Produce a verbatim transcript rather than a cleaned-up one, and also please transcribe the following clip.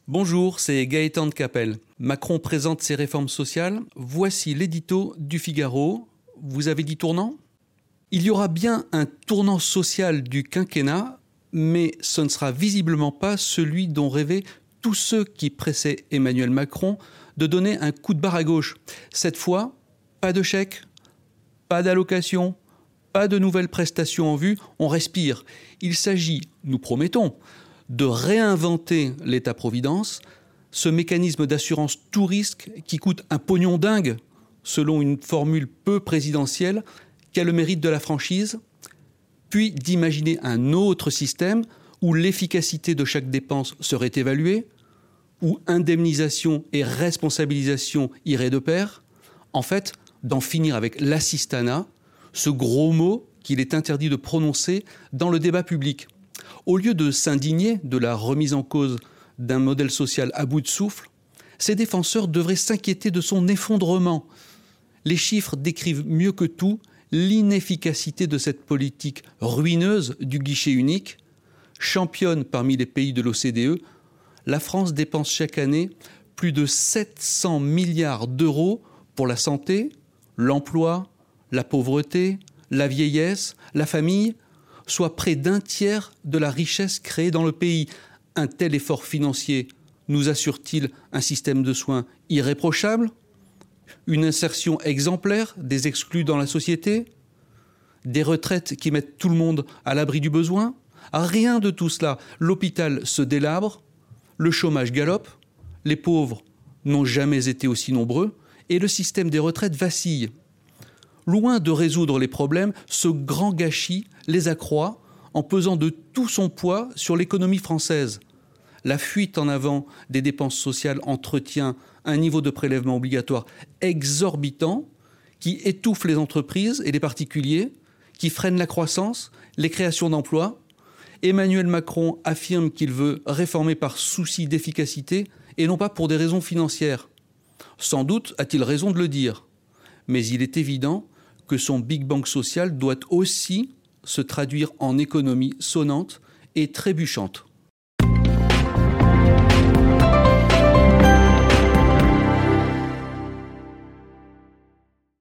Bonjour, c'est Gaëtan de Capelle. Macron présente ses réformes sociales. Voici l'édito du Figaro. Vous avez dit tournant ? Il y aura bien un tournant social du quinquennat, mais ce ne sera visiblement pas celui dont rêvaient tous ceux qui pressaient Emmanuel Macron de donner un coup de barre à gauche. Cette fois, pas de chèque, pas d'allocation, pas de nouvelles prestations en vue, on respire. Il s'agit, nous promettons, de réinventer l'État-providence, ce mécanisme d'assurance tout risque qui coûte un pognon dingue, selon une formule peu présidentielle, qui a le mérite de la franchise, puis d'imaginer un autre système où l'efficacité de chaque dépense serait évaluée, où indemnisation et responsabilisation iraient de pair, en fait, d'en finir avec l'assistanat, ce gros mot qu'il est interdit de prononcer dans le débat public. Au lieu de s'indigner de la remise en cause d'un modèle social à bout de souffle, ses défenseurs devraient s'inquiéter de son effondrement. Les chiffres décrivent mieux que tout l'inefficacité de cette politique ruineuse du guichet unique. Championne parmi les pays de l'O C D E, la France dépense chaque année plus de sept cents milliards d'euros pour la santé, l'emploi, la pauvreté, la vieillesse, la famille, soit près d'un tiers de la richesse créée dans le pays. Un tel effort financier nous assure-t-il un système de soins irréprochable ? Une insertion exemplaire des exclus dans la société ? Des retraites qui mettent tout le monde à l'abri du besoin ? Rien de tout cela. L'hôpital se délabre, le chômage galope, les pauvres n'ont jamais été aussi nombreux et le système des retraites vacille. Loin de résoudre les problèmes, ce grand gâchis les accroît en pesant de tout son poids sur l'économie française. La fuite en avant des dépenses sociales entretient un niveau de prélèvement obligatoire exorbitant qui étouffe les entreprises et les particuliers, qui freine la croissance, les créations d'emplois. Emmanuel Macron affirme qu'il veut réformer par souci d'efficacité et non pas pour des raisons financières. Sans doute a-t-il raison de le dire, mais il est évident que son Big Bang social doit aussi se traduire en économie sonnante et trébuchante.